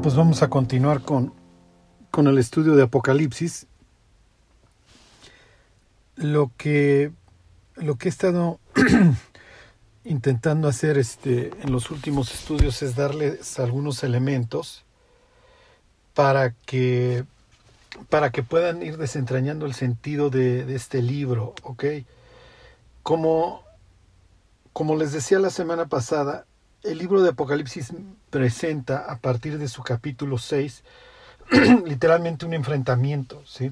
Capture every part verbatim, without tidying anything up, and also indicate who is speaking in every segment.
Speaker 1: pues vamos a continuar con, con el estudio de Apocalipsis. Lo que, lo que he estado intentando hacer este, en los últimos estudios es darles algunos elementos para que, para que puedan ir desentrañando el sentido de, de este libro, ¿ok? Como, como les decía la semana pasada, el libro de Apocalipsis presenta a partir de su capítulo seis literalmente un enfrentamiento, ¿sí?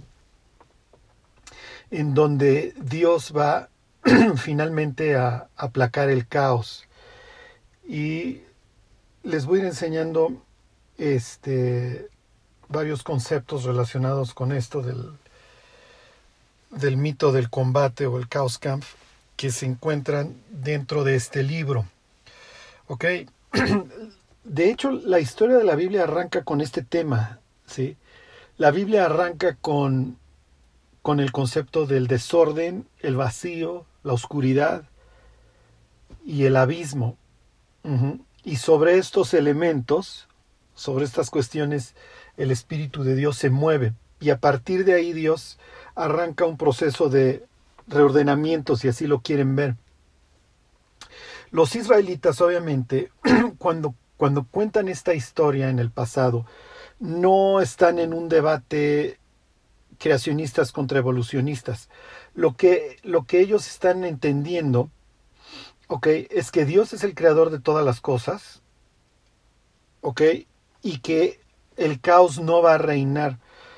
Speaker 1: En donde Dios va finalmente a aplacar el caos. Y les voy a ir enseñando este, varios conceptos relacionados con esto del, del mito del combate o el Chaos Camp que se encuentran dentro de este libro. ¿Ok? De hecho, la historia de la Biblia arranca con este tema, ¿sí? La Biblia arranca con, con el concepto del desorden, el vacío, la oscuridad y el abismo. Uh-huh. Y sobre estos elementos, sobre estas cuestiones, el Espíritu de Dios se mueve. Y a partir de ahí Dios arranca un proceso de reordenamiento, si así lo quieren ver. Los israelitas, obviamente, cuando, cuando cuentan esta historia en el pasado, no están en un debate creacionistas contra evolucionistas. Lo que, lo que ellos están entendiendo, ¿ok?, es que Dios es el creador de todas las cosas, ¿ok?, y que el caos no va a reinar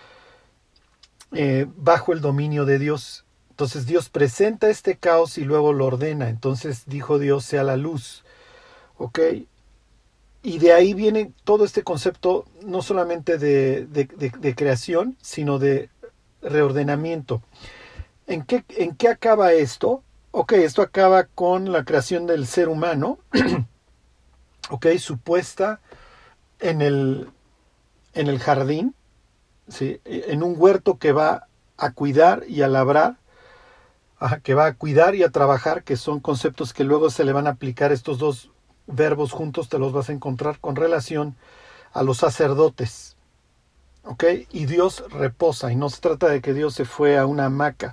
Speaker 1: eh, bajo el dominio de Dios. Entonces Dios presenta este caos y luego lo ordena. Entonces dijo Dios, sea la luz. ¿Ok? Y de ahí viene todo este concepto, no solamente de, de, de, de creación, sino de reordenamiento. ¿En qué, ¿En qué acaba esto? Ok, esto acaba con la creación del ser humano. Ok, supuesta en el, en el jardín, ¿sí?, en un huerto que va a cuidar y a labrar. Ajá, que va a cuidar y a trabajar, que son conceptos que luego se le van a aplicar estos dos verbos juntos, te los vas a encontrar con relación a los sacerdotes. ¿Ok? Y Dios reposa, y no se trata de que Dios se fue a una hamaca.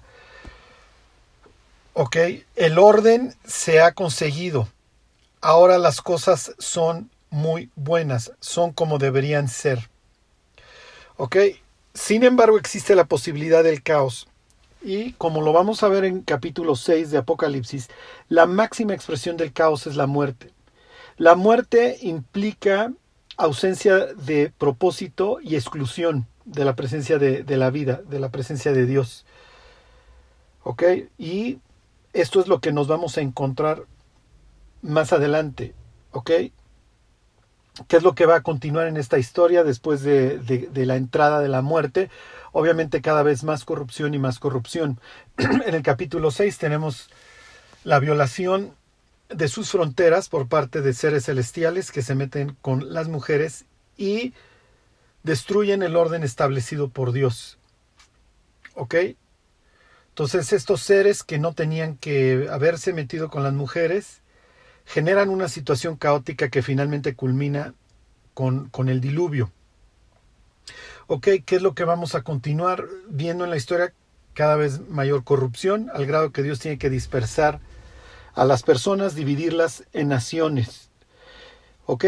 Speaker 1: ¿Ok? El orden se ha conseguido. Ahora las cosas son muy buenas, son como deberían ser. ¿Ok? Sin embargo, existe la posibilidad del caos. Y como lo vamos a ver en capítulo seis de Apocalipsis, la máxima expresión del caos es la muerte. La muerte implica ausencia de propósito y exclusión de la presencia de, de la vida, de la presencia de Dios. ¿Ok? Y esto es lo que nos vamos a encontrar más adelante. ¿Ok? ¿Qué es lo que va a continuar en esta historia después de, de, de la entrada de la muerte? Obviamente cada vez más corrupción y más corrupción. En el capítulo seis tenemos la violación de sus fronteras por parte de seres celestiales que se meten con las mujeres y destruyen el orden establecido por Dios. ¿Ok? Entonces estos seres que no tenían que haberse metido con las mujeres generan una situación caótica que finalmente culmina con, con el diluvio. Ok, ¿qué es lo que vamos a continuar viendo en la historia? Cada vez mayor corrupción, al grado que Dios tiene que dispersar a las personas, dividirlas en naciones. Ok,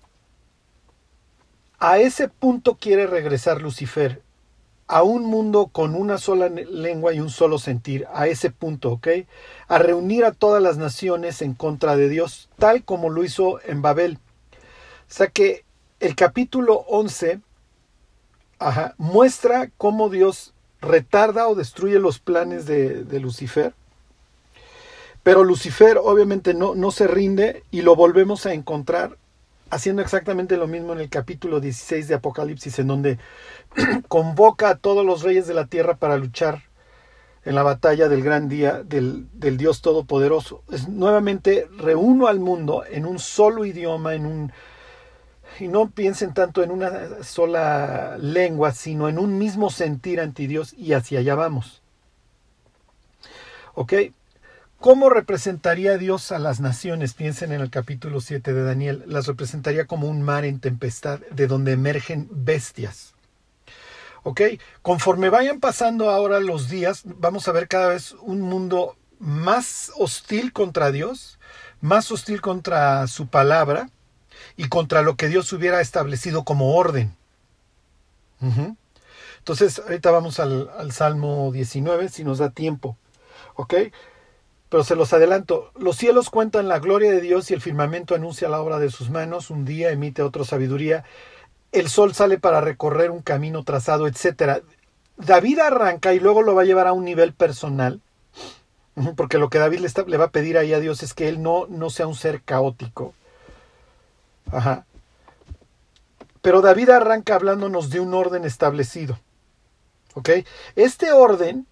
Speaker 1: a ese punto quiere regresar Lucifer, a un mundo con una sola lengua y un solo sentir, a ese punto, ok, a reunir a todas las naciones en contra de Dios, tal como lo hizo en Babel. O sea que el capítulo once Ajá, muestra cómo Dios retarda o destruye los planes de, de Lucifer. Pero Lucifer obviamente no, no se rinde y lo volvemos a encontrar haciendo exactamente lo mismo en el capítulo dieciséis de Apocalipsis, en donde convoca a todos los reyes de la tierra para luchar en la batalla del gran día del, del Dios Todopoderoso. Es, nuevamente reúno al mundo en un solo idioma, en un... Y no piensen tanto en una sola lengua, sino en un mismo sentir ante Dios, y hacia allá vamos. ¿Ok? ¿Cómo representaría Dios a las naciones? Piensen en el capítulo siete de Daniel. Las representaría como un mar en tempestad de donde emergen bestias. ¿Ok? Conforme vayan pasando ahora los días, vamos a ver cada vez un mundo más hostil contra Dios, más hostil contra su palabra y contra lo que Dios hubiera establecido como orden. Uh-huh. Entonces, ahorita vamos al, al Salmo diecinueve, si nos da tiempo. ¿Ok? Pero se los adelanto, los cielos cuentan la gloria de Dios y el firmamento anuncia la obra de sus manos, un día emite otro sabiduría, el sol sale para recorrer un camino trazado, etcétera. David arranca y luego lo va a llevar a un nivel personal, porque lo que David le, está, le va a pedir ahí a Dios es que él no, no sea un ser caótico. Ajá. Pero David arranca hablándonos de un orden establecido. ¿Ok? Este orden...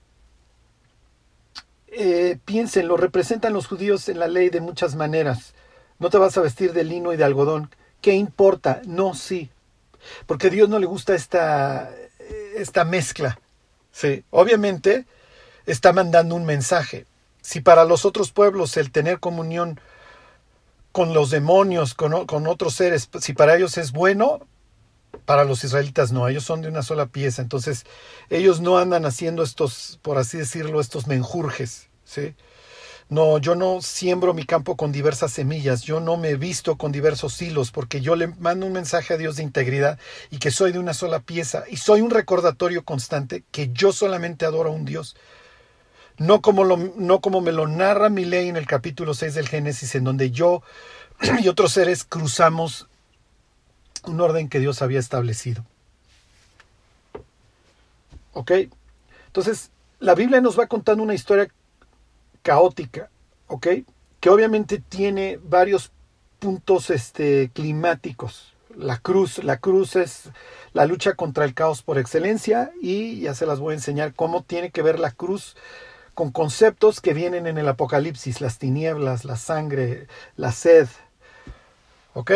Speaker 1: Eh, piensen, lo representan los judíos en la ley de muchas maneras. No te vas a vestir de lino y de algodón. ¿Qué importa? No, sí. Porque a Dios no le gusta esta, esta mezcla. Sí. Obviamente está mandando un mensaje. Si para los otros pueblos el tener comunión con los demonios, con, con otros seres, si para ellos es bueno, para los israelitas no, ellos son de una sola pieza, entonces ellos no andan haciendo estos, por así decirlo, estos menjurjes, ¿sí? No, yo no siembro mi campo con diversas semillas, yo no me visto con diversos hilos, porque yo le mando un mensaje a Dios de integridad y que soy de una sola pieza, y soy un recordatorio constante que yo solamente adoro a un Dios. No como, lo, no como me lo narra mi ley en el capítulo seis del Génesis, en donde yo y otros seres cruzamos un orden que Dios había establecido. ¿Ok? Entonces, la Biblia nos va contando una historia caótica, ¿ok? Que obviamente tiene varios puntos este, climáticos. La cruz, la cruz es la lucha contra el caos por excelencia, y ya se las voy a enseñar cómo tiene que ver la cruz con conceptos que vienen en el Apocalipsis, las tinieblas, la sangre, la sed. ¿Ok?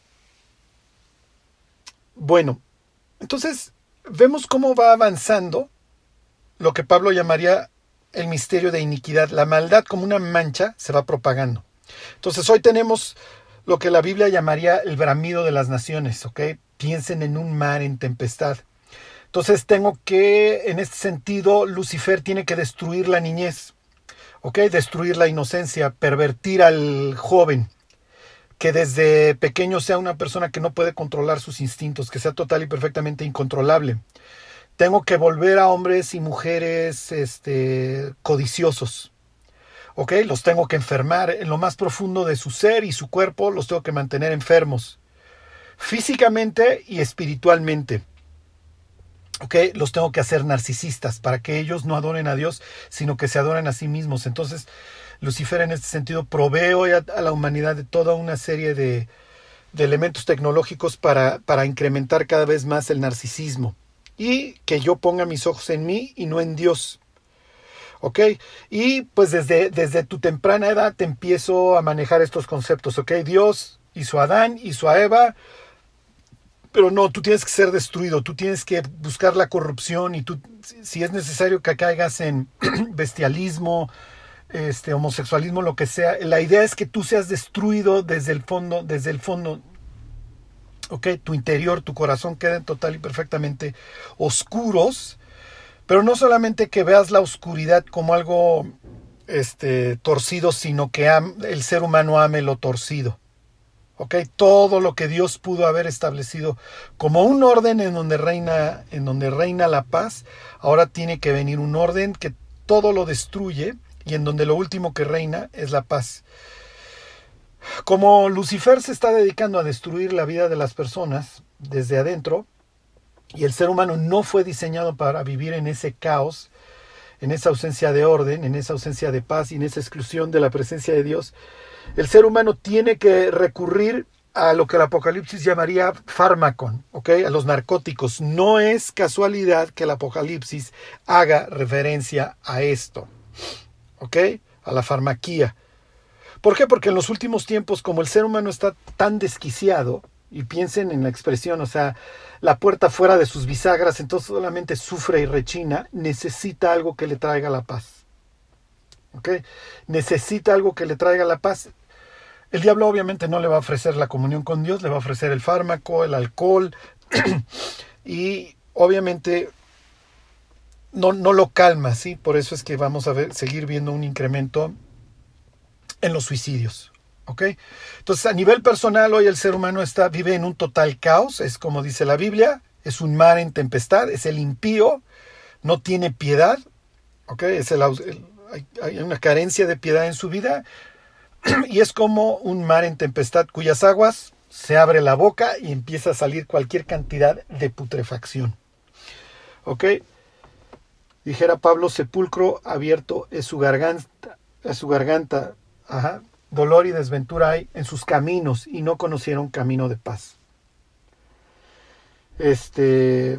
Speaker 1: Bueno, entonces vemos cómo va avanzando lo que Pablo llamaría el misterio de iniquidad. La maldad como una mancha se va propagando. Entonces hoy tenemos lo que la Biblia llamaría el bramido de las naciones, ¿ok? Piensen en un mar en tempestad. Entonces tengo que, en este sentido, Lucifer tiene que destruir la niñez, ¿ok? Destruir la inocencia, pervertir al joven. Que desde pequeño sea una persona que no puede controlar sus instintos, que sea total y perfectamente incontrolable. Tengo que volver a hombres y mujeres este, codiciosos. ¿Ok? Los tengo que enfermar en lo más profundo de su ser y su cuerpo, los tengo que mantener enfermos. Físicamente y espiritualmente. ¿Ok? Los tengo que hacer narcisistas para que ellos no adoren a Dios, sino que se adoren a sí mismos. Entonces, Lucifer en este sentido provee hoy a, a la humanidad de toda una serie de, de elementos tecnológicos para, para incrementar cada vez más el narcisismo. Y que yo ponga mis ojos en mí y no en Dios. ¿Ok? Y pues desde, desde tu temprana edad te empiezo a manejar estos conceptos. ¿Ok? Dios hizo a Adán, hizo a Eva. Pero no, tú tienes que ser destruido, tú tienes que buscar la corrupción y tú, si es necesario que caigas en bestialismo, este, homosexualismo, lo que sea, la idea es que tú seas destruido desde el fondo, desde el fondo, ok, tu interior, tu corazón queden total y perfectamente oscuros, pero no solamente que veas la oscuridad como algo este, torcido, sino que am, el ser humano ame lo torcido. Okay, todo lo que Dios pudo haber establecido como un orden en donde reina, en donde reina la paz, ahora tiene que venir un orden que todo lo destruye y en donde lo último que reina es la paz. Como Lucifer se está dedicando a destruir la vida de las personas desde adentro, y el ser humano no fue diseñado para vivir en ese caos, en esa ausencia de orden, en esa ausencia de paz y en esa exclusión de la presencia de Dios, el ser humano tiene que recurrir a lo que el Apocalipsis llamaría fármacon, ¿ok? A los narcóticos. No es casualidad que el Apocalipsis haga referencia a esto, ¿ok? A la farmaquía. ¿Por qué? Porque en los últimos tiempos, como el ser humano está tan desquiciado, y piensen en la expresión, o sea, la puerta fuera de sus bisagras, entonces solamente sufre y rechina, necesita algo que le traiga la paz. ¿ok? Necesita algo que le traiga la paz. El diablo obviamente no le va a ofrecer la comunión con Dios, le va a ofrecer el fármaco, el alcohol y obviamente no, no lo calma, ¿sí? Por eso es que vamos a ver, seguir viendo un incremento en los suicidios, ¿ok? Entonces, a nivel personal, hoy el ser humano está, vive en un total caos, es como dice la Biblia, es un mar en tempestad, es el impío, no tiene piedad, ¿ok? Es el, el, hay, hay una carencia de piedad en su vida y es como un mar en tempestad cuyas aguas se abre la boca y empieza a salir cualquier cantidad de putrefacción, ¿ok? Dijera Pablo, sepulcro abierto es su garganta, es su garganta, ajá, dolor y desventura hay en sus caminos y no conocieron camino de paz. Este,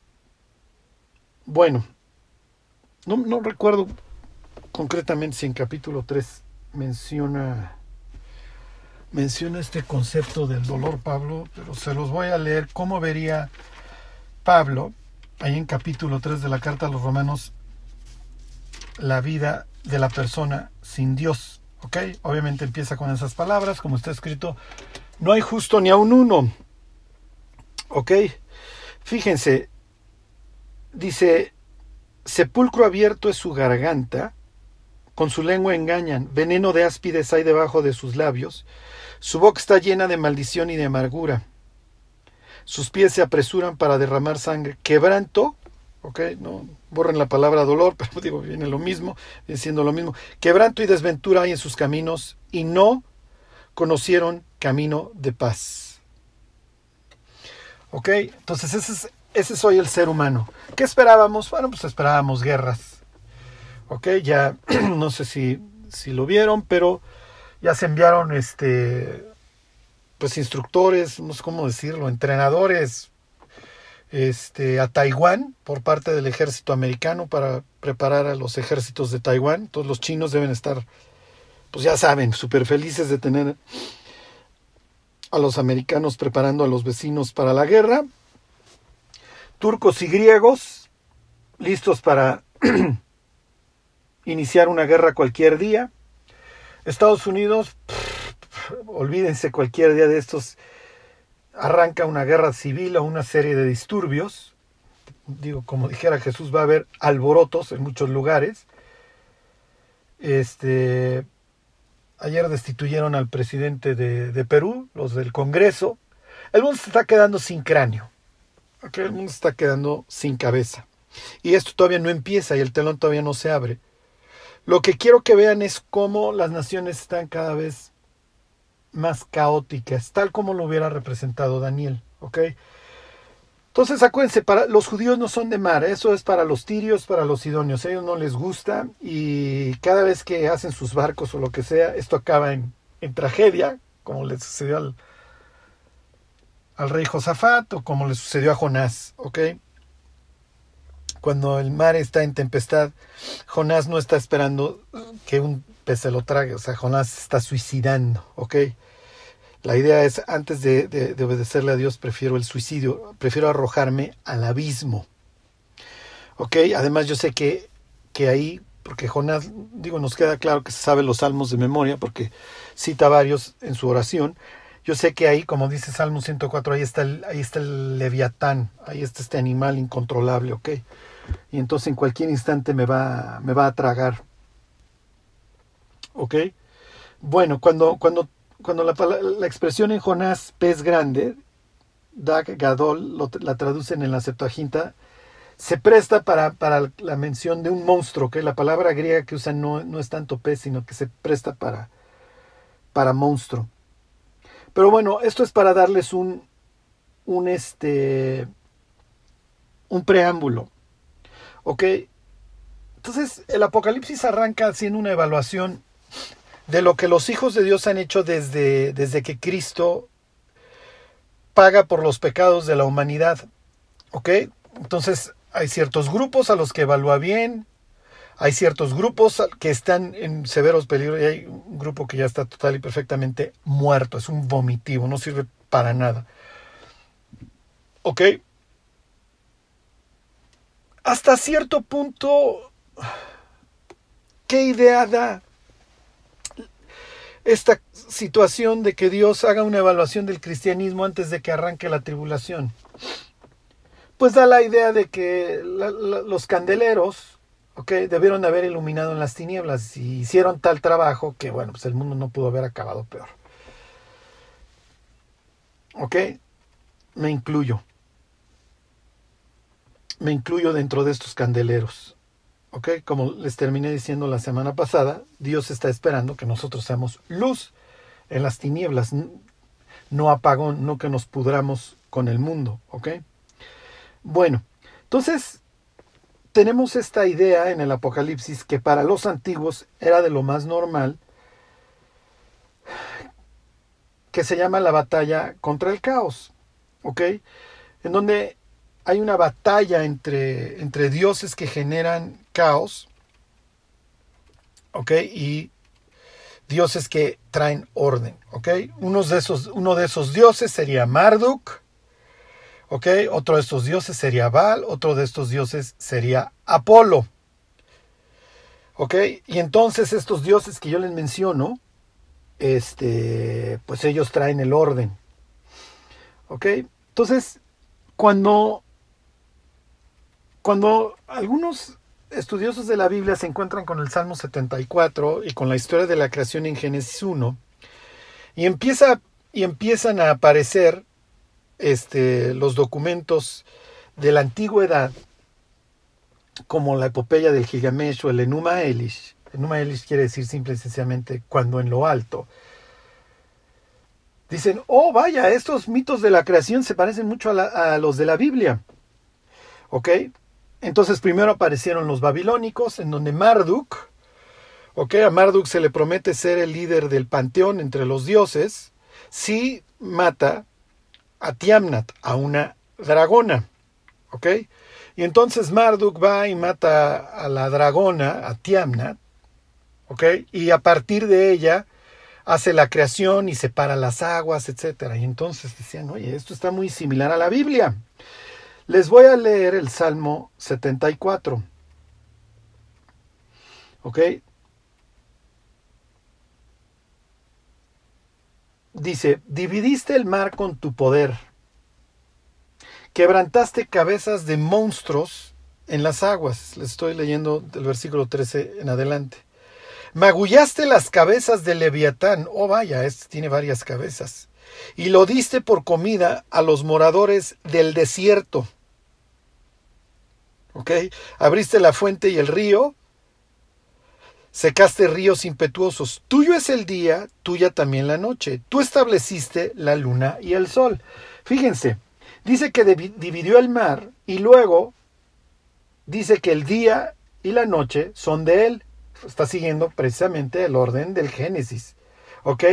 Speaker 1: bueno, no, no recuerdo concretamente si en capítulo tres menciona, menciona este concepto del dolor Pablo, pero se los voy a leer cómo vería Pablo, ahí en capítulo tres de la carta a los Romanos, la vida de la persona sin Dios. ¿Ok? Obviamente empieza con esas palabras, como está escrito, no hay justo ni aun uno. ¿Ok? Fíjense, dice, sepulcro abierto es su garganta, con su lengua engañan, veneno de áspides hay debajo de sus labios, su boca está llena de maldición y de amargura, sus pies se apresuran para derramar sangre, quebranto, ok, no borren la palabra dolor, pero digo, viene lo mismo, viene siendo lo mismo, quebranto y desventura hay en sus caminos, y no conocieron camino de paz. Ok, entonces ese es, ese es hoy el ser humano. ¿Qué esperábamos? Bueno, pues esperábamos guerras. Ok, ya no sé si, si lo vieron, pero ya se enviaron este pues instructores, no sé cómo decirlo, entrenadores este, a Taiwán por parte del ejército americano para preparar a los ejércitos de Taiwán. Todos los chinos deben estar, pues ya saben, súper felices de tener a los americanos preparando a los vecinos para la guerra. Turcos y griegos listos para iniciar una guerra cualquier día. Estados Unidos, pff, olvídense, cualquier día de estos arranca una guerra civil o una serie de disturbios. Digo, como dijera Jesús, va a haber alborotos en muchos lugares. Este, ayer destituyeron al presidente de, de Perú, los del Congreso. El mundo se está quedando sin cráneo. Okay, el mundo se está quedando sin cabeza. Y esto todavía no empieza y el telón todavía no se abre. Lo que quiero que vean es cómo las naciones están cada vez más caóticas, tal como lo hubiera representado Daniel, ¿ok? Entonces acuérdense, para, los judíos no son de mar, eso es para los tirios, para los sidonios, a ellos no les gusta y cada vez que hacen sus barcos o lo que sea, esto acaba en, en tragedia, como le sucedió al, al rey Josafat o como le sucedió a Jonás, ¿ok? Cuando el mar está en tempestad, Jonás no está esperando que un pez se lo trague, o sea, Jonás se está suicidando, ¿ok? La idea es, antes de, de, de obedecerle a Dios, prefiero el suicidio, prefiero arrojarme al abismo, ¿ok? Además yo sé que, que ahí, porque Jonás, digo, nos queda claro que se sabe los salmos de memoria, porque cita varios en su oración. Yo sé que ahí, como dice Salmo ciento cuatro, ahí está el, ahí está el leviatán, ahí está este animal incontrolable, ¿ok? Y entonces en cualquier instante me va, me va a tragar. ¿Ok? Bueno, cuando, cuando, cuando la, la expresión en Jonás, pez grande, Dag Gadol, lo, la traducen en la Septuaginta, se presta para, para la mención de un monstruo, que la palabra griega que usan no, no es tanto pez, sino que se presta para, para monstruo. Pero bueno, esto es para darles un, un, este, un preámbulo. ¿Ok? Entonces, el Apocalipsis arranca haciendo una evaluación de lo que los hijos de Dios han hecho desde, desde que Cristo paga por los pecados de la humanidad. ¿Ok? Entonces, hay ciertos grupos a los que evalúa bien, hay ciertos grupos que están en severos peligros y hay un grupo que ya está total y perfectamente muerto, es un vomitivo, no sirve para nada. ¿Ok? Hasta cierto punto, ¿qué idea da esta situación de que Dios haga una evaluación del cristianismo antes de que arranque la tribulación? Pues da la idea de que la, la, los candeleros, okay, debieron de haber iluminado en las tinieblas y hicieron tal trabajo que, bueno, pues el mundo no pudo haber acabado peor. ¿Ok? Me incluyo. Me incluyo dentro de estos candeleros. ¿Ok? Como les terminé diciendo la semana pasada, Dios está esperando que nosotros seamos luz en las tinieblas, no apagón, no que nos pudramos con el mundo. ¿Ok? Bueno, entonces tenemos esta idea en el Apocalipsis que para los antiguos era de lo más normal, que se llama la batalla contra el caos. ¿Ok? En donde hay una batalla entre, entre dioses que generan caos, ¿ok? Y dioses que traen orden, ¿ok? Unos de esos, uno de esos dioses sería Marduk, ¿ok? Otro de estos dioses sería Baal, otro de estos dioses sería Apolo, ¿ok? Y entonces estos dioses que yo les menciono, este, pues ellos traen el orden, ¿ok? Entonces, cuando... Cuando algunos estudiosos de la Biblia se encuentran con el Salmo setenta y cuatro y con la historia de la creación en Génesis uno, y, empieza, y empiezan a aparecer este, los documentos de la antigüedad, como la epopeya del Gilgamesh o el Enuma Elish. Enuma Elish quiere decir simple y sencillamente cuando en lo alto. Dicen, oh vaya, estos mitos de la creación se parecen mucho a, la, a los de la Biblia. ¿Ok? Entonces primero aparecieron los babilónicos, en donde Marduk, ok, a Marduk se le promete ser el líder del panteón entre los dioses, si mata a Tiamnat, a una dragona, ok. Y entonces Marduk va y mata a la dragona, a Tiamnat, ok, y a partir de ella hace la creación y separa las aguas, etcétera. Y entonces decían, oye, esto está muy similar a la Biblia. Les voy a leer el Salmo setenta y cuatro. ¿Ok? Dice, dividiste el mar con tu poder. Quebrantaste cabezas de monstruos en las aguas. Les estoy leyendo del versículo trece en adelante. Magullaste las cabezas de Leviatán. Oh vaya, este tiene varias cabezas. Y lo diste por comida a los moradores del desierto. ¿Ok? Abriste la fuente y el río, secaste ríos impetuosos. Tuyo es el día, tuya también la noche. Tú estableciste la luna y el sol. Fíjense, dice que dividió el mar y luego dice que el día y la noche son de él. Está siguiendo precisamente el orden del Génesis. ¿Ok?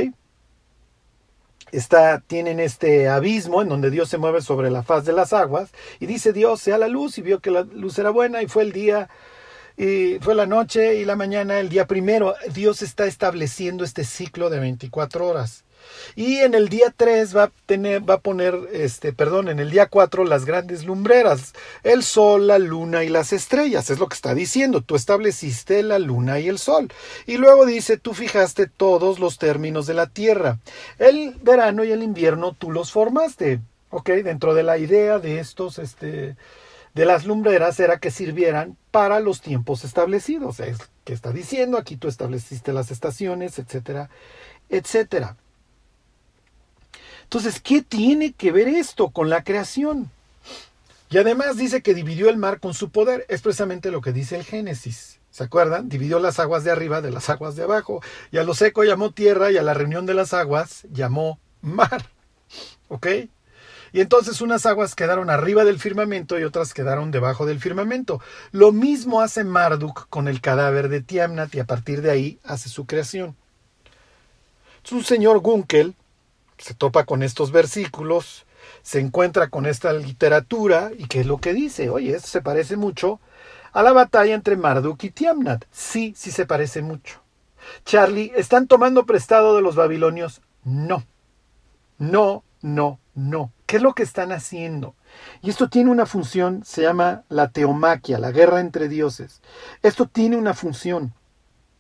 Speaker 1: Está, tienen este abismo en donde Dios se mueve sobre la faz de las aguas y dice Dios sea la luz, y vio que la luz era buena y fue el día y fue la noche y la mañana el día primero. Dios está estableciendo este ciclo de veinticuatro horas. Y en el día tres va a tener, va a poner, este, perdón, en el día cuatro las grandes lumbreras, el sol, la luna y las estrellas. Es lo que está diciendo. Tú estableciste la luna y el sol. Y luego dice, tú fijaste todos los términos de la tierra. El verano y el invierno tú los formaste. Ok, dentro de la idea de estos, este, de las lumbreras era que sirvieran para los tiempos establecidos. Es que está diciendo, aquí tú estableciste las estaciones, etcétera, etcétera. Entonces, ¿qué tiene que ver esto con la creación? Y además dice que dividió el mar con su poder. Es precisamente lo que dice el Génesis. ¿Se acuerdan? Dividió las aguas de arriba de las aguas de abajo. Y a lo seco llamó tierra y a la reunión de las aguas llamó mar. ¿Ok? Y entonces unas aguas quedaron arriba del firmamento y otras quedaron debajo del firmamento. Lo mismo hace Marduk con el cadáver de Tiamnat y a partir de ahí hace su creación. Es un señor Gunkel. Se topa con estos versículos, se encuentra con esta literatura y ¿qué es lo que dice? Oye, esto se parece mucho a la batalla entre Marduk y Tiamnat. Sí, sí se parece mucho. Charlie, ¿están tomando prestado de los babilonios? No. No, no, no. ¿Qué es lo que están haciendo? Y esto tiene una función, se llama la teomaquia, la guerra entre dioses. Esto tiene una función.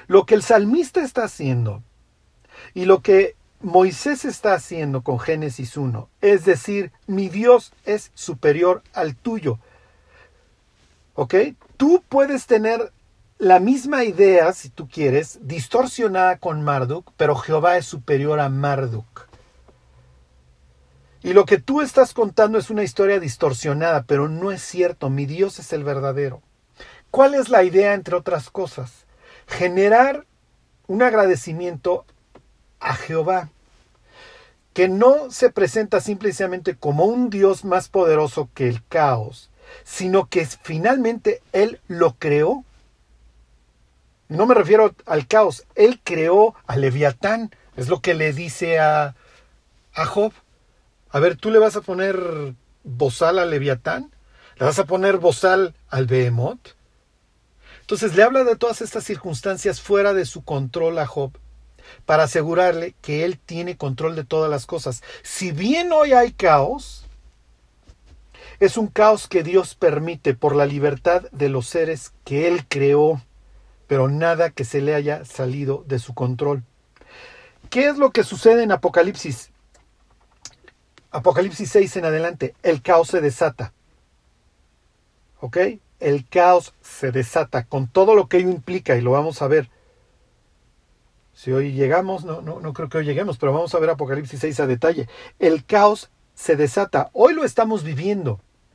Speaker 1: Lo que el salmista está haciendo y lo que Moisés está haciendo con Génesis uno, es decir, mi Dios es superior al tuyo. ¿Ok? Tú puedes tener la misma idea, si tú quieres, distorsionada con Marduk, pero Jehová es superior a Marduk. Y lo que tú estás contando es una historia distorsionada, pero no es cierto. Mi Dios es el verdadero. ¿Cuál es la idea, entre otras cosas? Generar un agradecimiento a Jehová, que no se presenta simplemente como un Dios más poderoso que el caos, sino que finalmente Él lo creó. No me refiero al caos, Él creó a Leviatán, es lo que le dice a, a Job. A ver, ¿tú le vas a poner bozal a Leviatán? ¿Le vas a poner bozal al Behemoth? Entonces le habla de todas estas circunstancias fuera de su control a Job, para asegurarle que él tiene control de todas las cosas. Si bien hoy hay caos, es un caos que Dios permite por la libertad de los seres que Él creó, pero nada que se le haya salido de su control. ¿Qué es lo que sucede en Apocalipsis? Apocalipsis seis en adelante, el caos se desata. ¿Ok? El caos se desata con todo lo que ello implica y lo vamos a ver. Si hoy llegamos, no, no, no creo que hoy lleguemos, pero vamos a ver Apocalipsis seis a detalle. El caos se desata. Hoy lo estamos viviendo.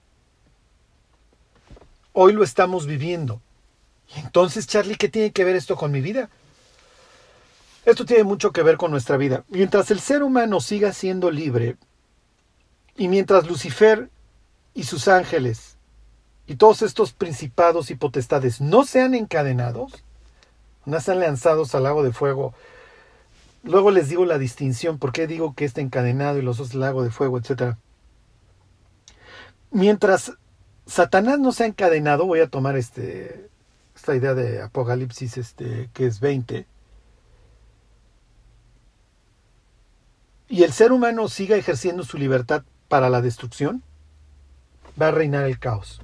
Speaker 1: Hoy lo estamos viviendo. Y entonces, Charlie, ¿qué tiene que ver esto con mi vida? Esto tiene mucho que ver con nuestra vida. Mientras el ser humano siga siendo libre, y mientras Lucifer y sus ángeles y todos estos principados y potestades no sean encadenados, no sean lanzados al lago de fuego. Luego les digo la distinción, por qué digo que está encadenado y los dos lago de fuego, etcétera. Mientras Satanás no sea encadenado, voy a tomar este, esta idea de Apocalipsis, este, que es veinte, y el ser humano siga ejerciendo su libertad para la destrucción, va a reinar el caos.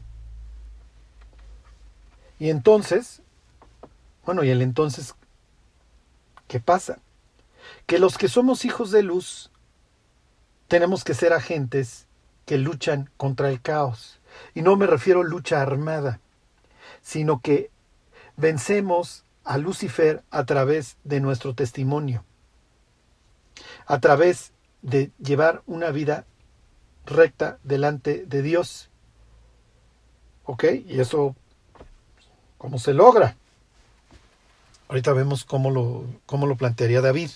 Speaker 1: Y entonces, bueno, y el entonces, ¿qué pasa? Que los que somos hijos de luz tenemos que ser agentes que luchan contra el caos. Y no me refiero a lucha armada, sino que vencemos a Lucifer a través de nuestro testimonio, a través de llevar una vida recta delante de Dios. ¿Ok? Y eso, ¿cómo se logra? Ahorita vemos cómo lo, cómo lo plantearía David.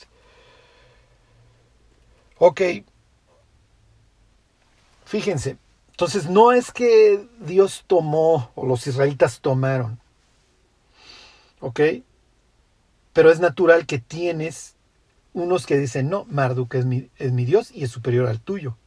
Speaker 1: Ok. Fíjense. Entonces no es que Dios tomó o los israelitas tomaron. ¿Ok? Pero es natural que tienes unos que dicen, no, Marduk es mi, es mi Dios y es superior al tuyo.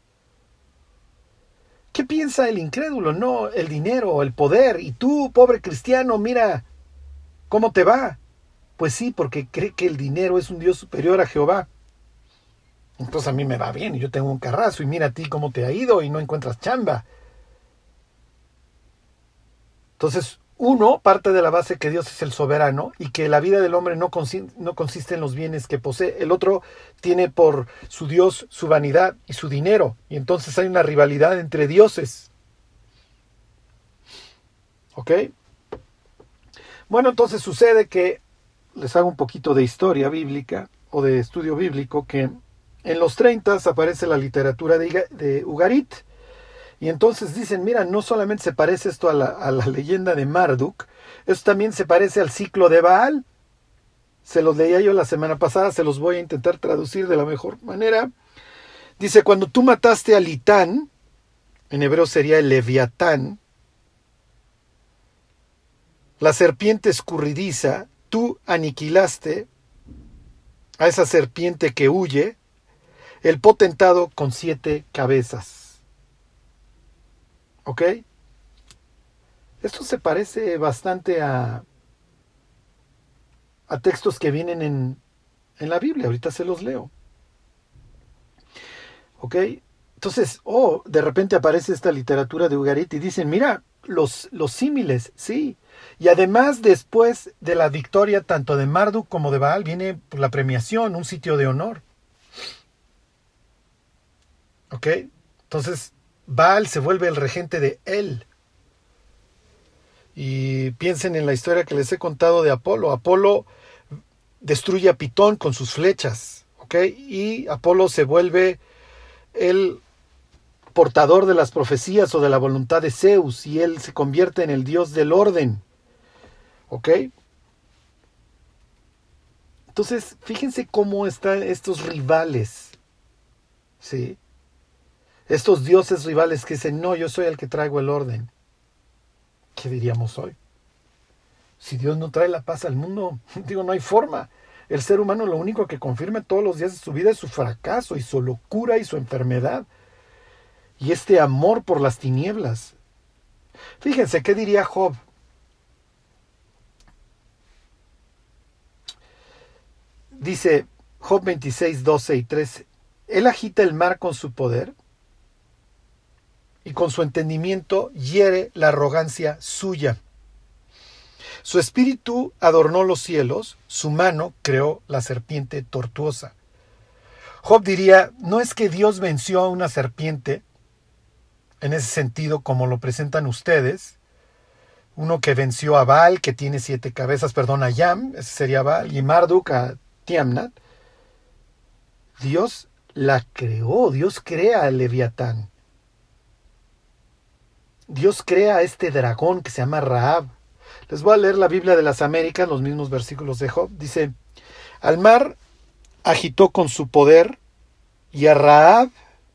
Speaker 1: ¿Qué piensa el incrédulo? No, el dinero, el poder. Y tú, pobre cristiano, mira cómo te va. Pues sí, porque cree que el dinero es un Dios superior a Jehová. Entonces a mí me va bien y yo tengo un carrazo y mira a ti cómo te ha ido y no encuentras chamba. Entonces, uno parte de la base que Dios es el soberano y que la vida del hombre no consiste, no consiste en los bienes que posee. El otro tiene por su Dios su vanidad y su dinero. Y entonces hay una rivalidad entre dioses. ¿Ok? Bueno, entonces sucede que, les hago un poquito de historia bíblica o de estudio bíblico, que en los treinta aparece la literatura de, de Ugarit. Y entonces dicen, mira, no solamente se parece esto a la, a la leyenda de Marduk, esto también se parece al ciclo de Baal. Se los leía yo la semana pasada, se los voy a intentar traducir de la mejor manera. Dice, cuando tú mataste a Litán, en hebreo sería el Leviatán, la serpiente escurridiza, tú aniquilaste a esa serpiente que huye, el potentado con siete cabezas. ¿Ok? Esto se parece bastante a, a textos que vienen en, en la Biblia. Ahorita se los leo. ¿Ok? Entonces, oh, de repente aparece esta literatura de Ugarit y dicen, mira, los, los símiles, sí. Y además, después de la victoria tanto de Marduk como de Baal, viene la premiación, un sitio de honor. ¿Ok? Entonces, Baal se vuelve el regente de él. Y piensen en la historia que les he contado de Apolo. Apolo destruye a Pitón con sus flechas. ¿Ok? Y Apolo se vuelve el portador de las profecías o de la voluntad de Zeus. Y él se convierte en el dios del orden. ¿Ok? Entonces, fíjense cómo están estos rivales. ¿Sí? Estos dioses rivales que dicen, no, yo soy el que traigo el orden. ¿Qué diríamos hoy? Si Dios no trae la paz al mundo, digo, no hay forma. El ser humano lo único que confirma todos los días de su vida es su fracaso y su locura y su enfermedad. Y este amor por las tinieblas. Fíjense, ¿qué diría Job? Dice Job veintiséis, doce y trece. Él agita el mar con su poder y con su entendimiento hiere la arrogancia suya. Su espíritu adornó los cielos, su mano creó la serpiente tortuosa. Job diría, no es que Dios venció a una serpiente, en ese sentido como lo presentan ustedes, uno que venció a Baal, que tiene siete cabezas, perdón, a Yam, ese sería Baal, y Marduk a Tiamnat. Dios la creó, Dios crea al Leviatán. Dios crea a este dragón que se llama Rahab. Les voy a leer la Biblia de las Américas, los mismos versículos de Job. Dice, al mar agitó con su poder y a Rahab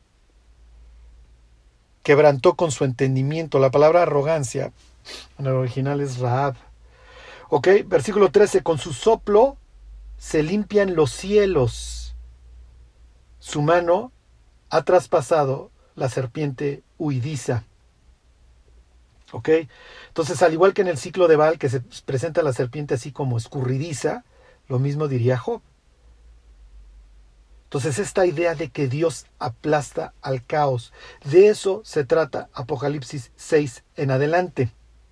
Speaker 1: quebrantó con su entendimiento. La palabra arrogancia en el original es Rahab. Ok, versículo trece, con su soplo se limpian los cielos. Su mano ha traspasado la serpiente huidiza. ¿Ok? Entonces, al igual que en el ciclo de Baal, que se presenta la serpiente así como escurridiza, lo mismo diría Job. Entonces, esta idea de que Dios aplasta al caos, de eso se trata Apocalipsis seis en adelante.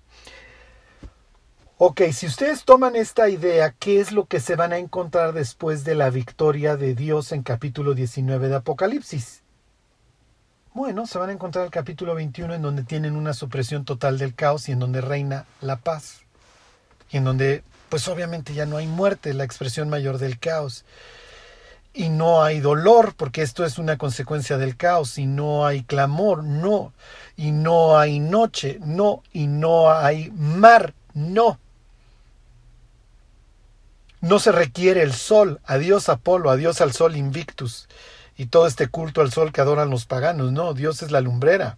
Speaker 1: Ok, si ustedes toman esta idea, ¿qué es lo que se van a encontrar después de la victoria de Dios en capítulo diecinueve de Apocalipsis? Bueno, se van a encontrar el capítulo veintiuno en donde tienen una supresión total del caos y en donde reina la paz. Y en donde, pues obviamente ya no hay muerte, la expresión mayor del caos. Y no hay dolor, porque esto es una consecuencia del caos. Y no hay clamor, no. Y no hay noche, no. Y no hay mar, no. No se requiere el sol. Adiós Apolo, adiós al sol Invictus. Y todo este culto al sol que adoran los paganos. No, Dios es la lumbrera.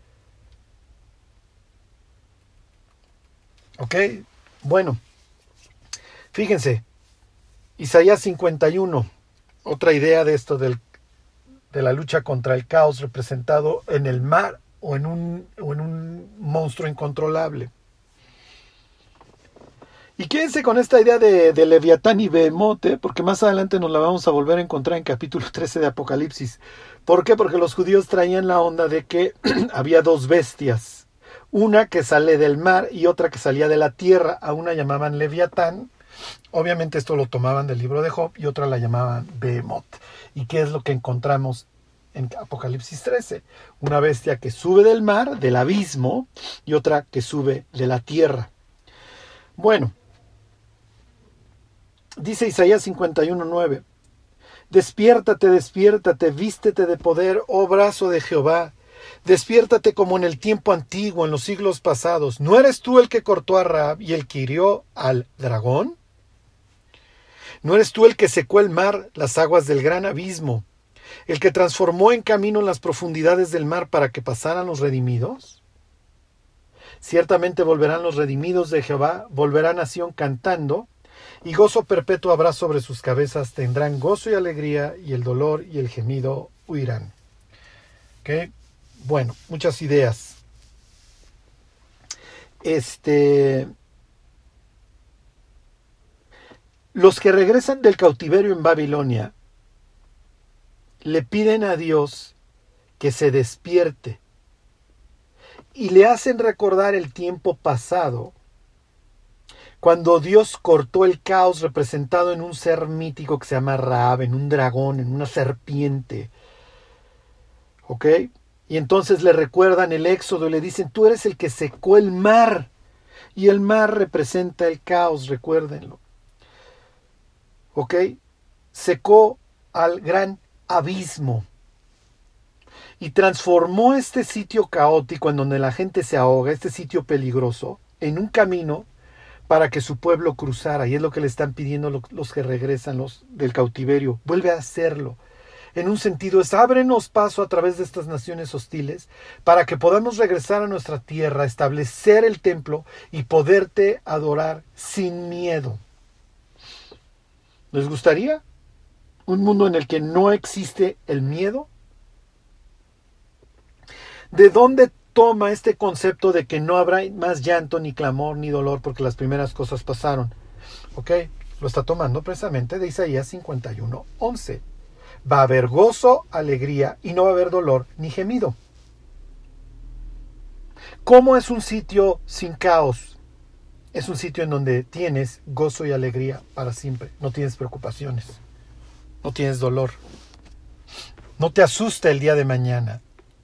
Speaker 1: ¿Ok? Bueno, fíjense, Isaías cincuenta y uno, otra idea de esto del, de la lucha contra el caos representado en el mar o en un, o en un monstruo incontrolable. Y quédense con esta idea de, de Leviatán y Behemoth, ¿eh? Porque más adelante nos la vamos a volver a encontrar en capítulo trece de Apocalipsis. ¿Por qué? Porque los judíos traían la onda de que había dos bestias. Una que sale del mar y otra que salía de la tierra. A una llamaban Leviatán. Obviamente esto lo tomaban del libro de Job y otra la llamaban Behemoth. ¿Y qué es lo que encontramos en Apocalipsis trece? Una bestia que sube del mar, del abismo, y otra que sube de la tierra. Bueno, dice Isaías cincuenta y uno, nueve. Despiértate, despiértate, vístete de poder, oh brazo de Jehová. Despiértate como en el tiempo antiguo, en los siglos pasados. ¿No eres tú el que cortó a Rahab y el que hirió al dragón? ¿No eres tú el que secó el mar, las aguas del gran abismo, el que transformó en camino las profundidades del mar para que pasaran los redimidos? Ciertamente volverán los redimidos de Jehová, volverán a Sión cantando, y gozo perpetuo habrá sobre sus cabezas, tendrán gozo y alegría, y el dolor y el gemido huirán. ¿Ok? Bueno, muchas ideas. Este... Los que regresan del cautiverio en Babilonia le piden a Dios que se despierte y le hacen recordar el tiempo pasado Cuando Dios cortó el caos representado en un ser mítico que se llama Raab, en un dragón, en una serpiente. ¿Ok? Y entonces le recuerdan el éxodo y le dicen, tú eres el que secó el mar. Y el mar representa el caos, recuérdenlo. ¿Ok? Secó al gran abismo. Y transformó este sitio caótico en donde la gente se ahoga, este sitio peligroso, en un camino para que su pueblo cruzara. Y es lo que le están pidiendo los que regresan los del cautiverio. Vuelve a hacerlo. En un sentido es, ábrenos paso a través de estas naciones hostiles para que podamos regresar a nuestra tierra, establecer el templo y poderte adorar sin miedo. ¿Les gustaría un mundo en el que no existe el miedo? ¿De dónde toma este concepto de que no habrá más llanto, ni clamor, ni dolor porque las primeras cosas pasaron? ¿Ok? Lo está tomando precisamente de Isaías cincuenta y uno, once. Va a haber gozo, alegría, y no va a haber dolor ni gemido. ¿Cómo es un sitio sin caos? Es un sitio en donde tienes gozo y alegría para siempre. No tienes preocupaciones. No tienes dolor. No te asusta el día de mañana.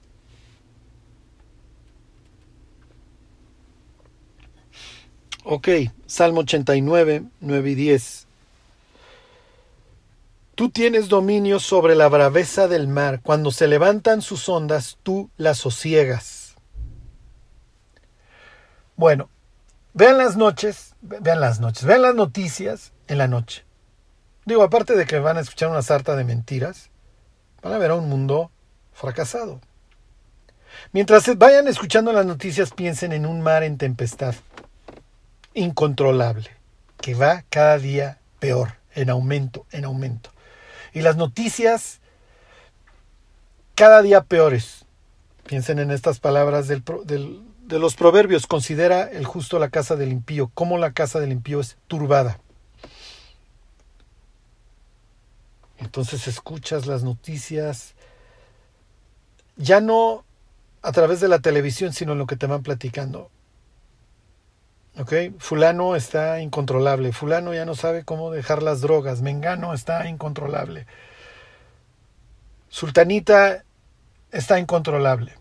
Speaker 1: Ok, Salmo ochenta y nueve, nueve y diez. Tú tienes dominio sobre la braveza del mar. Cuando se levantan sus ondas, tú las sosiegas. Bueno, vean las noches, vean las noches, vean las noticias en la noche. Digo, aparte de que van a escuchar una sarta de mentiras, van a ver a un mundo fracasado. Mientras vayan escuchando las noticias, piensen en un mar en tempestad, incontrolable, que va cada día peor, en aumento, en aumento. Y las noticias cada día peores. Piensen en estas palabras del, del, de los proverbios. Considera el justo la casa del impío, como la casa del impío es turbada. Entonces escuchas las noticias, ya no a través de la televisión, sino en lo que te van platicando. ¿Ok? Fulano está incontrolable. Fulano ya no sabe cómo dejar las drogas. Mengano está incontrolable. Sultanita está incontrolable.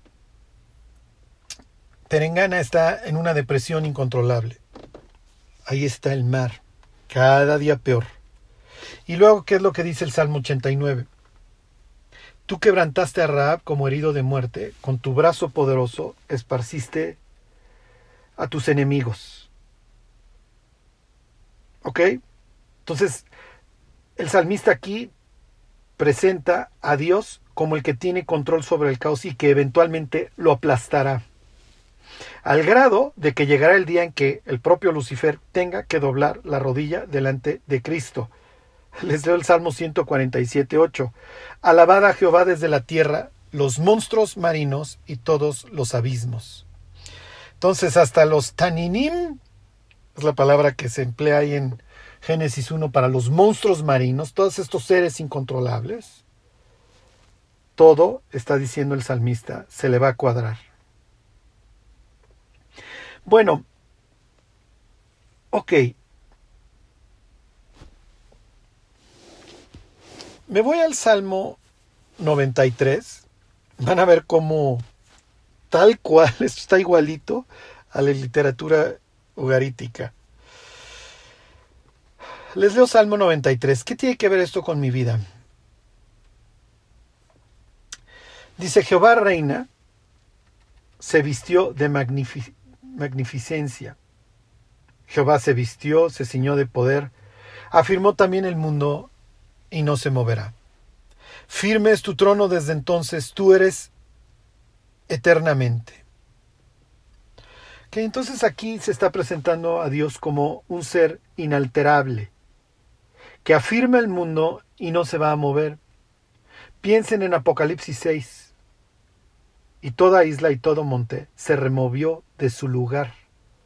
Speaker 1: Perengana está en una depresión incontrolable. Ahí está el mar, cada día peor. Y luego, ¿qué es lo que dice el Salmo ochenta y nueve? Tú quebrantaste a Raab como herido de muerte, con tu brazo poderoso esparciste a tus enemigos. ¿Ok? Entonces, el salmista aquí presenta a Dios como el que tiene control sobre el caos y que eventualmente lo aplastará. Al grado de que llegará el día en que el propio Lucifer tenga que doblar la rodilla delante de Cristo. Les leo el Salmo ciento cuarenta y siete, ocho. Alabad a Jehová desde la tierra, los monstruos marinos y todos los abismos. Entonces, hasta los taninim, es la palabra que se emplea ahí en Génesis uno para los monstruos marinos, todos estos seres incontrolables, todo, está diciendo el salmista, se le va a cuadrar. Bueno, ok. Me voy al Salmo noventa y tres. Van a ver cómo tal cual, esto está igualito a la literatura ugarítica. Les leo Salmo noventa y tres. ¿Qué tiene que ver esto con mi vida? Dice, Jehová reina, se vistió de magnific- magnificencia. Jehová se vistió, se ciñó de poder. Afirmó también el mundo y no se moverá. Firme es tu trono desde entonces, tú eres eternamente. Que entonces aquí se está presentando a Dios como un ser inalterable, que afirma el mundo y no se va a mover. Piensen en Apocalipsis seis. Y toda isla y todo monte se removió de su lugar.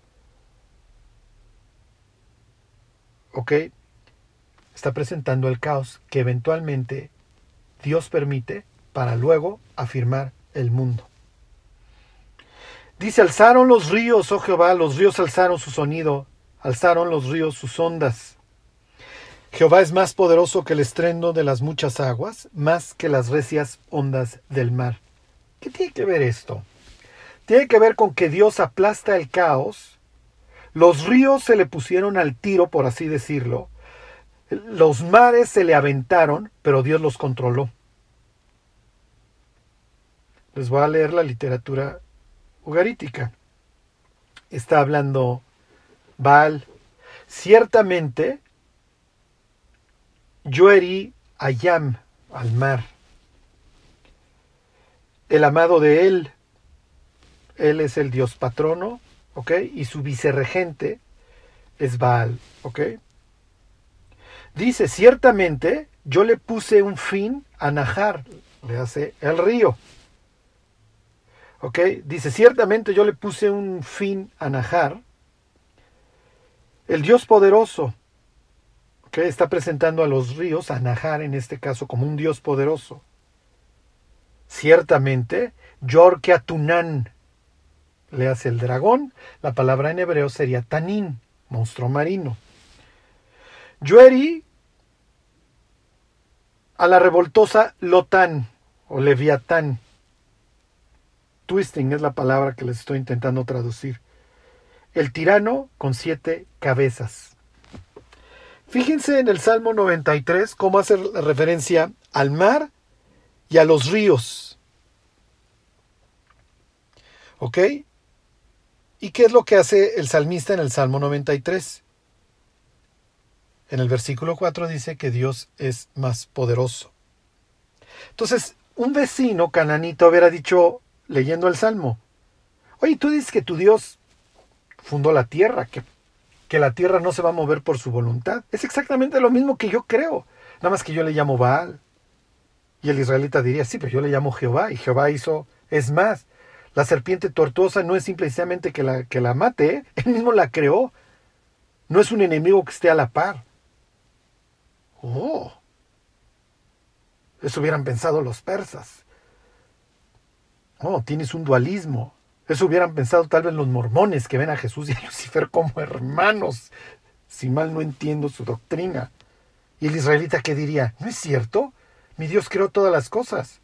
Speaker 1: ¿Ok? Está presentando el caos que eventualmente Dios permite para luego afirmar el mundo. Dice, alzaron los ríos, oh Jehová, los ríos alzaron su sonido, alzaron los ríos sus ondas. Jehová es más poderoso que el estruendo de las muchas aguas, más que las recias ondas del mar. ¿Qué tiene que ver esto? Tiene que ver con que Dios aplasta el caos, los ríos se le pusieron al tiro, por así decirlo, los mares se le aventaron, pero Dios los controló. Les voy a leer la literatura ugarítica. Está hablando Baal. Ciertamente, yo herí a Yam, al mar, el amado de él. Él es el dios patrono, ¿ok? Y su vicerregente es Baal, ¿ok? Dice, ciertamente yo le puse un fin a Nahar, le hace el río. ¿Ok? Dice, ciertamente yo le puse un fin a Nahar, el Dios poderoso. ¿Ok? Está presentando a los ríos, a Nahar en este caso, como un Dios poderoso. Ciertamente, Yorke a Tunán, le hace el dragón. La palabra en hebreo sería Tanín, monstruo marino. Yo herí a la revoltosa Lotán o Leviatán. Twisting es la palabra que les estoy intentando traducir. El tirano con siete cabezas. Fíjense en el Salmo noventa y tres cómo hace referencia al mar y a los ríos. ¿Ok? ¿Y qué es lo que hace el salmista en el Salmo noventa y tres? En el versículo cuatro dice que Dios es más poderoso. Entonces, un vecino cananita hubiera dicho, leyendo el Salmo, oye, tú dices que tu Dios fundó la tierra, que, que la tierra no se va a mover por su voluntad. Es exactamente lo mismo que yo creo, nada más que yo le llamo Baal. Y el israelita diría, sí, pero yo le llamo Jehová, y Jehová hizo, es más, la serpiente tortuosa no es simplemente que la, que la mate, ¿eh? Él mismo la creó, no es un enemigo que esté a la par. Oh, eso hubieran pensado los persas. Oh, tienes un dualismo. Eso hubieran pensado tal vez los mormones que ven a Jesús y a Lucifer como hermanos, si mal no entiendo su doctrina. Y el israelita, ¿qué diría? ¿No es cierto? Mi Dios creó todas las cosas.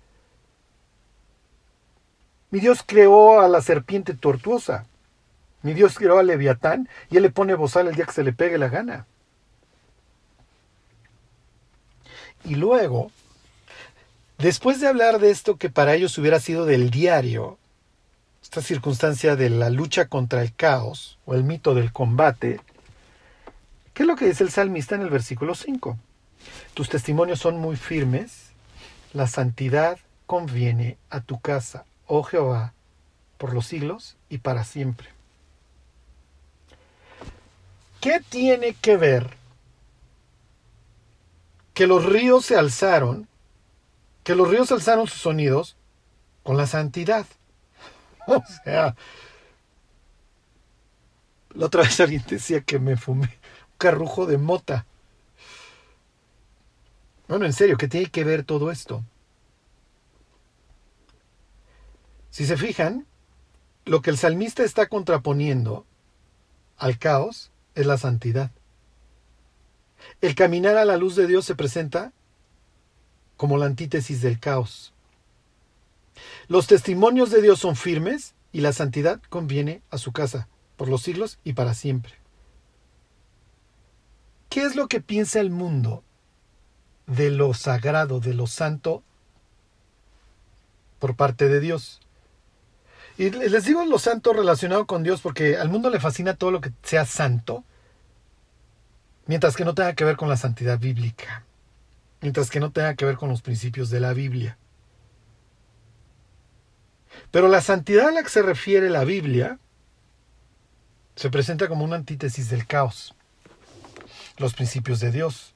Speaker 1: Mi Dios creó a la serpiente tortuosa. Mi Dios creó al Leviatán y Él le pone bozal el día que se le pegue la gana. Y luego, después de hablar de esto que para ellos hubiera sido del diario, esta circunstancia de la lucha contra el caos o el mito del combate, ¿qué es lo que dice el salmista en el versículo cinco? Tus testimonios son muy firmes, la santidad conviene a tu casa, oh Jehová, por los siglos y para siempre. ¿Qué tiene que ver que los ríos se alzaron, que los ríos alzaron sus sonidos con la santidad? O sea, la otra vez alguien decía que me fumé un carrujo de mota. Bueno, en serio, ¿qué tiene que ver todo esto? Si se fijan, lo que el salmista está contraponiendo al caos es la santidad. El caminar a la luz de Dios se presenta como la antítesis del caos. Los testimonios de Dios son firmes y la santidad conviene a su casa por los siglos y para siempre. ¿Qué es lo que piensa el mundo de lo sagrado, de lo santo por parte de Dios? Y les digo lo santo relacionado con Dios porque al mundo le fascina todo lo que sea santo, mientras que no tenga que ver con la santidad bíblica, mientras que no tenga que ver con los principios de la Biblia. Pero la santidad a la que se refiere la Biblia se presenta como una antítesis del caos. Los principios de Dios,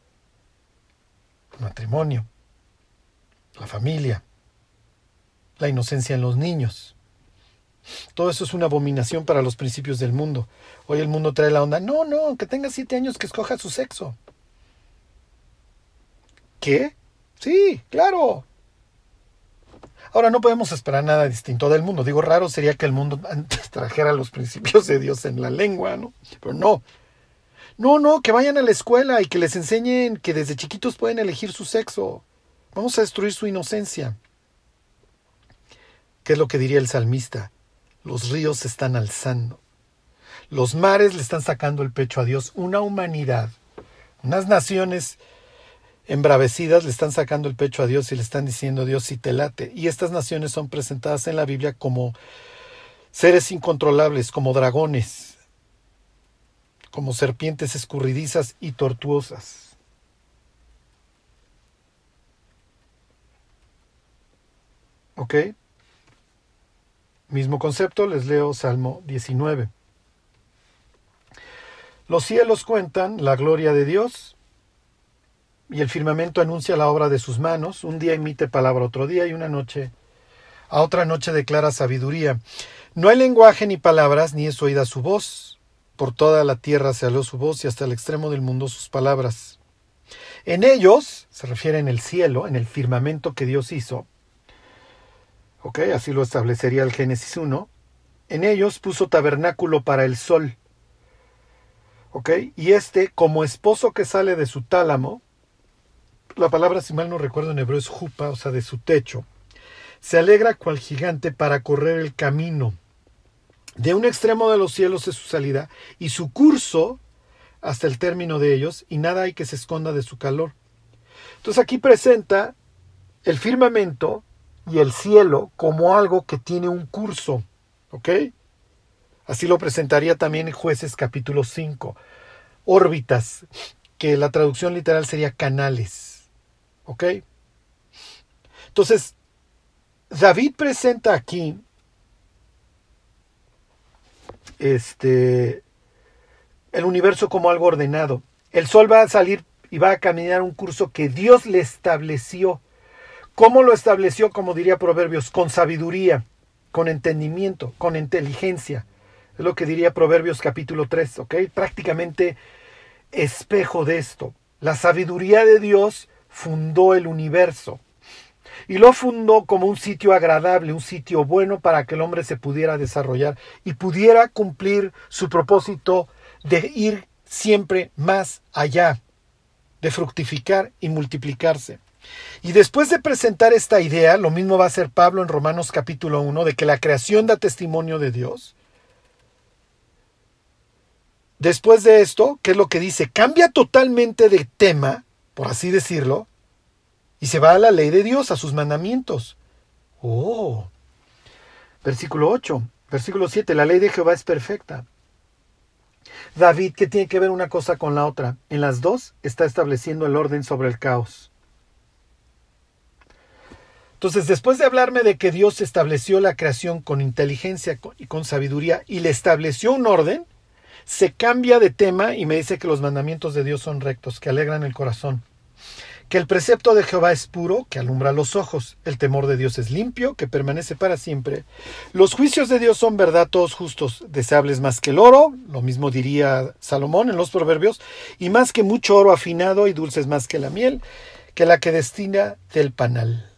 Speaker 1: el matrimonio, la familia, la inocencia en los niños. Todo eso es una abominación para los principios del mundo. Hoy el mundo trae la onda, no, no, aunque tenga siete años que escoja su sexo. ¿Qué? Sí, claro. Ahora, no podemos esperar nada distinto del mundo. Digo, raro sería que el mundo antes trajera los principios de Dios en la lengua, ¿no? Pero no. No, no, que vayan a la escuela y que les enseñen que desde chiquitos pueden elegir su sexo. Vamos a destruir su inocencia. ¿Qué es lo que diría el salmista? Los ríos se están alzando. Los mares le están sacando el pecho a Dios. Una humanidad, unas naciones embravecidas le están sacando el pecho a Dios y le están diciendo: Dios, si te late. Y estas naciones son presentadas en la Biblia como seres incontrolables, como dragones, como serpientes escurridizas y tortuosas. ¿Ok? Mismo concepto, les leo Salmo diecinueve. Los cielos cuentan la gloria de Dios, y el firmamento anuncia la obra de sus manos. Un día emite palabra otro día, y una noche a otra noche declara sabiduría. No hay lenguaje ni palabras, ni es oída su voz. Por toda la tierra se aló su voz, y hasta el extremo del mundo sus palabras. En ellos, se refiere en el cielo, en el firmamento que Dios hizo, ok, así lo establecería el Génesis uno, en ellos puso tabernáculo para el sol, ok, y este, como esposo que sale de su tálamo, la palabra, si mal no recuerdo en hebreo, es jupa, o sea, de su techo, se alegra cual gigante para correr el camino. De un extremo de los cielos es su salida, y su curso hasta el término de ellos, y nada hay que se esconda de su calor. Entonces aquí presenta el firmamento y el cielo como algo que tiene un curso, ¿ok? Así lo presentaría también en Jueces capítulo cinco. Órbitas, que la traducción literal sería canales, ¿ok? Entonces, David presenta aquí este, el universo como algo ordenado. El sol va a salir y va a caminar un curso que Dios le estableció. ¿Cómo lo estableció? Como diría Proverbios, con sabiduría, con entendimiento, con inteligencia. Es lo que diría Proverbios capítulo tres, ¿ok? Prácticamente espejo de esto. La sabiduría de Dios fundó el universo. Y lo fundó como un sitio agradable, un sitio bueno para que el hombre se pudiera desarrollar y pudiera cumplir su propósito de ir siempre más allá, de fructificar y multiplicarse. Y después de presentar esta idea, lo mismo va a hacer Pablo en Romanos capítulo uno, de que la creación da testimonio de Dios. Después de esto, ¿qué es lo que dice? Cambia totalmente de tema, por así decirlo, y se va a la ley de Dios, a sus mandamientos. Oh, versículo ocho, versículo siete, la ley de Jehová es perfecta. David, ¿qué tiene que ver una cosa con la otra? En las dos está estableciendo el orden sobre el caos. Entonces, después de hablarme de que Dios estableció la creación con inteligencia y con sabiduría y le estableció un orden, se cambia de tema y me dice que los mandamientos de Dios son rectos, que alegran el corazón. Que el precepto de Jehová es puro, que alumbra los ojos. El temor de Dios es limpio, que permanece para siempre. Los juicios de Dios son verdad, todos justos, deseables más que el oro, lo mismo diría Salomón en los Proverbios, y más que mucho oro afinado y dulces más que la miel, que la que destina del panal.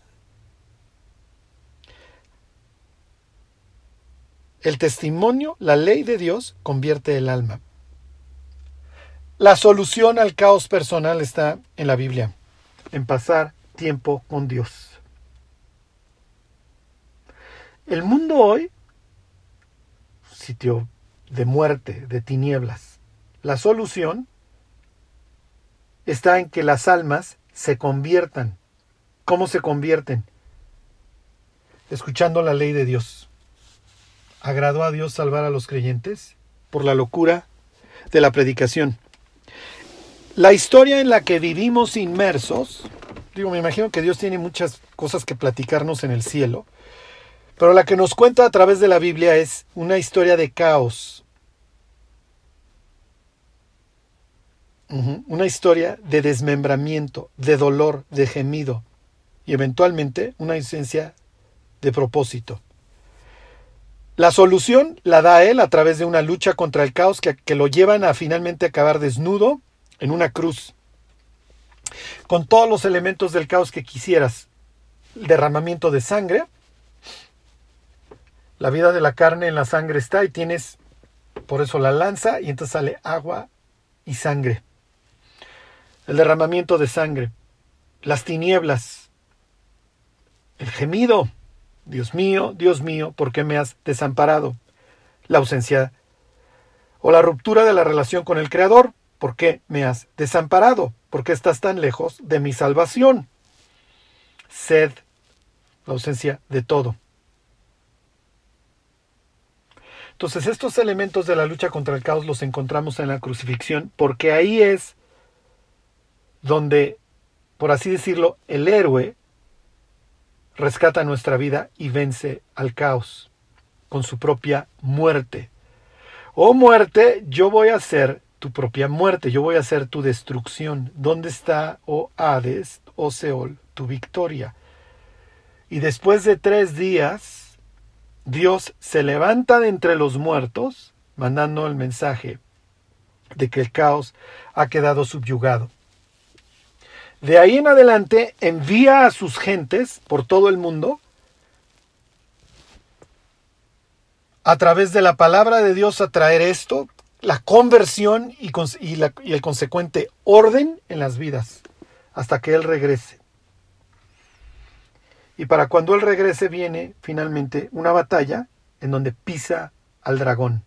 Speaker 1: El testimonio, la ley de Dios, convierte el alma. La solución al caos personal está en la Biblia, en pasar tiempo con Dios. El mundo hoy, sitio de muerte, de tinieblas. La solución está en que las almas se conviertan. ¿Cómo se convierten? Escuchando la ley de Dios. ¿Agradó a Dios salvar a los creyentes? Por la locura de la predicación. La historia en la que vivimos inmersos, digo, me imagino que Dios tiene muchas cosas que platicarnos en el cielo, pero la que nos cuenta a través de la Biblia es una historia de caos. Uh-huh. Una historia de desmembramiento, de dolor, de gemido y eventualmente una esencia de propósito. La solución la da Él a través de una lucha contra el caos que, que lo llevan a finalmente acabar desnudo en una cruz, con todos los elementos del caos que quisieras. El derramamiento de sangre, La vida de la carne en la sangre está y tienes por eso la lanza y entonces sale agua y sangre. El derramamiento de sangre, las tinieblas, el gemido, Dios mío, Dios mío, ¿por qué me has desamparado? La ausencia o la ruptura de la relación con el Creador, ¿por qué me has desamparado? ¿Por qué estás tan lejos de mi salvación? Sed, la ausencia de todo. Entonces estos elementos de la lucha contra el caos los encontramos en la crucifixión, porque ahí es donde, por así decirlo, el héroe rescata nuestra vida y vence al caos con su propia muerte. Oh muerte, yo voy a hacer tu propia muerte, yo voy a hacer tu destrucción. ¿Dónde está, oh Hades, oh Seol, tu victoria? Y después de tres días, Dios se levanta de entre los muertos, mandando el mensaje de que el caos ha quedado subyugado. De ahí en adelante envía a sus gentes por todo el mundo a través de la palabra de Dios a traer esto, la conversión y, y, la, y el consecuente orden en las vidas hasta que Él regrese. Y para cuando Él regrese viene finalmente una batalla en donde pisa al dragón.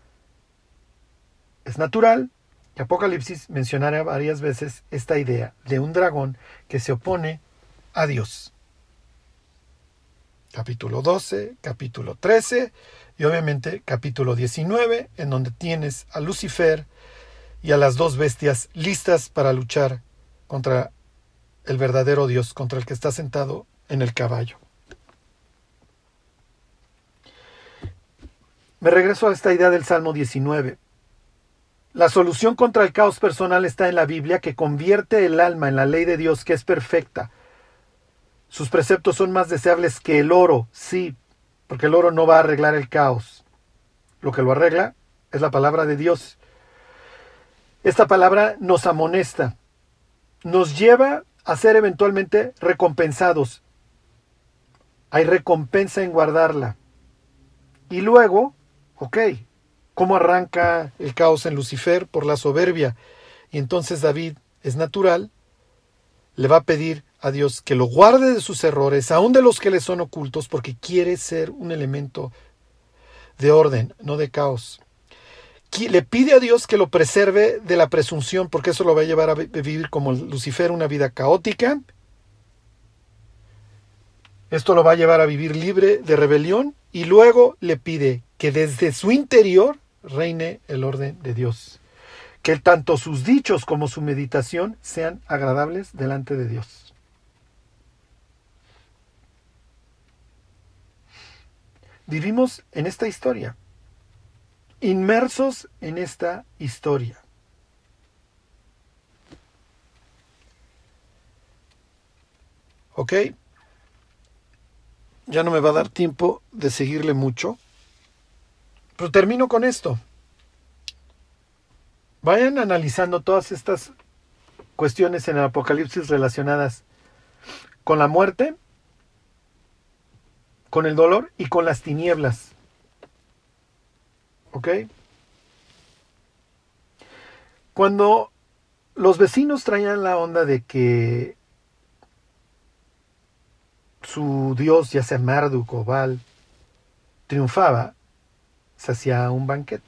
Speaker 1: Es natural que Apocalipsis mencionara varias veces esta idea de un dragón que se opone a Dios. Capítulo doce, capítulo trece y obviamente capítulo diecinueve, en donde tienes a Lucifer y a las dos bestias listas para luchar contra el verdadero Dios, contra el que está sentado en el caballo. Me regreso a esta idea del Salmo diecinueve. La solución contra el caos personal está en la Biblia, que convierte el alma en la ley de Dios, que es perfecta. Sus preceptos son más deseables que el oro, sí, porque el oro no va a arreglar el caos. Lo que lo arregla es la palabra de Dios. Esta palabra nos amonesta, nos lleva a ser eventualmente recompensados. Hay recompensa en guardarla. Y luego, ok, ¿cómo arranca el caos en Lucifer? Por la soberbia. Y entonces David, es natural, le va a pedir a Dios que lo guarde de sus errores, aun de los que le son ocultos, porque quiere ser un elemento de orden, no de caos. Le pide a Dios que lo preserve de la presunción, porque eso lo va a llevar a vivir como Lucifer una vida caótica. Esto lo va a llevar a vivir libre de rebelión, y luego le pide que desde su interior reine el orden de Dios. Que tanto sus dichos como su meditación sean agradables delante de Dios. Vivimos en esta historia, inmersos en esta historia. ¿Ok? Ya no me va a dar tiempo de seguirle mucho, pero termino con esto. Vayan analizando todas estas cuestiones en el Apocalipsis relacionadas con la muerte, con el dolor y con las tinieblas. ¿Ok? Cuando los vecinos traían la onda de que su dios, ya sea Marduk o Baal, triunfaba, se hacía un banquete.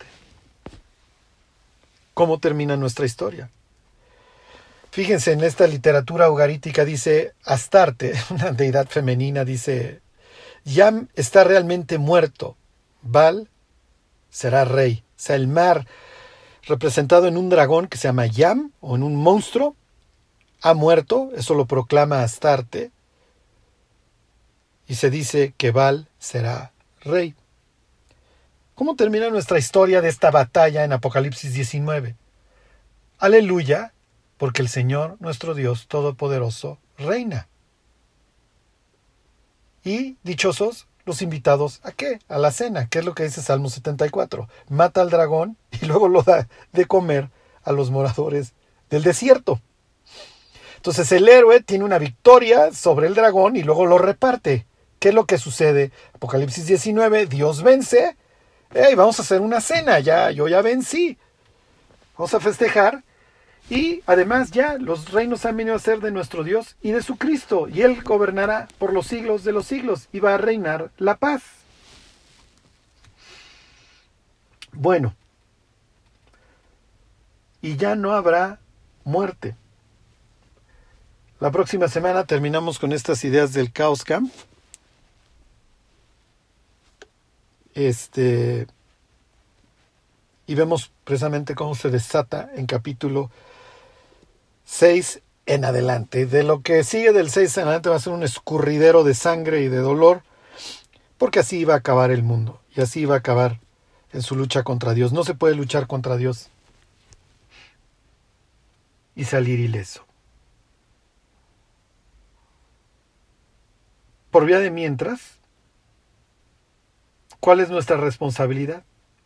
Speaker 1: ¿Cómo termina nuestra historia? Fíjense, en esta literatura ugarítica dice Astarte, una deidad femenina, dice: Yam está realmente muerto, Baal será rey. O sea, el mar, representado en un dragón que se llama Yam, o en un monstruo, ha muerto, eso lo proclama Astarte, y se dice que Baal será rey. ¿Cómo termina nuestra historia de esta batalla en Apocalipsis diecinueve? Aleluya, porque el Señor, nuestro Dios Todopoderoso, reina. Y dichosos los invitados, ¿a qué? A la cena, que es lo que dice Salmo setenta y cuatro. Mata al dragón y luego lo da de comer a los moradores del desierto. Entonces el héroe tiene una victoria sobre el dragón y luego lo reparte. ¿Qué es lo que sucede? Apocalipsis diecinueve, Dios vence. Hey, vamos a hacer una cena, ya, yo ya vencí. Vamos a festejar. Y además ya los reinos han venido a ser de nuestro Dios y de su Cristo. Y Él gobernará por los siglos de los siglos. Y va a reinar la paz. Bueno. Y ya no habrá muerte. La próxima semana terminamos con estas ideas del Chaos Camp. Este, y vemos precisamente cómo se desata en capítulo seis en adelante. De lo que sigue del seis en adelante va a ser un escurridero de sangre y de dolor, porque así iba a acabar el mundo, y así iba a acabar en su lucha contra Dios. No se puede luchar contra Dios y salir ileso. Por vía de mientras, ¿cuál es nuestra responsabilidad?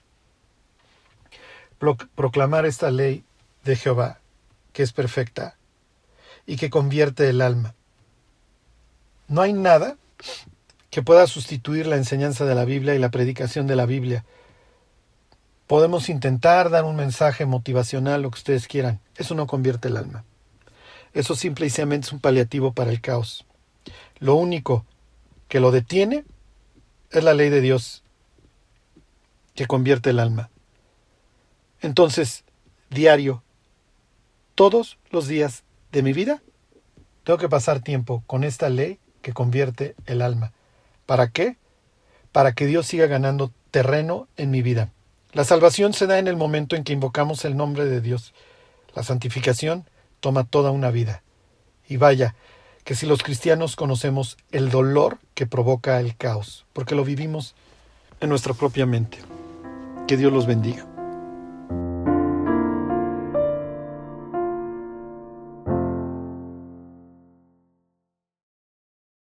Speaker 1: Pro- proclamar esta ley de Jehová, que es perfecta y que convierte el alma. No hay nada que pueda sustituir la enseñanza de la Biblia y la predicación de la Biblia. Podemos intentar dar un mensaje motivacional, lo que ustedes quieran. Eso no convierte el alma. Eso simple y sencillamente es un paliativo para el caos. Lo único que lo detiene es la ley de Dios, que convierte el alma. Entonces, diario, todos los días de mi vida, tengo que pasar tiempo con esta ley que convierte el alma. ¿Para qué? Para que Dios siga ganando terreno en mi vida. La salvación se da en el momento en que invocamos el nombre de Dios. La santificación toma toda una vida. Y vaya, que si los cristianos conocemos el dolor que provoca el caos, porque lo vivimos en nuestra propia mente. Que Dios los bendiga.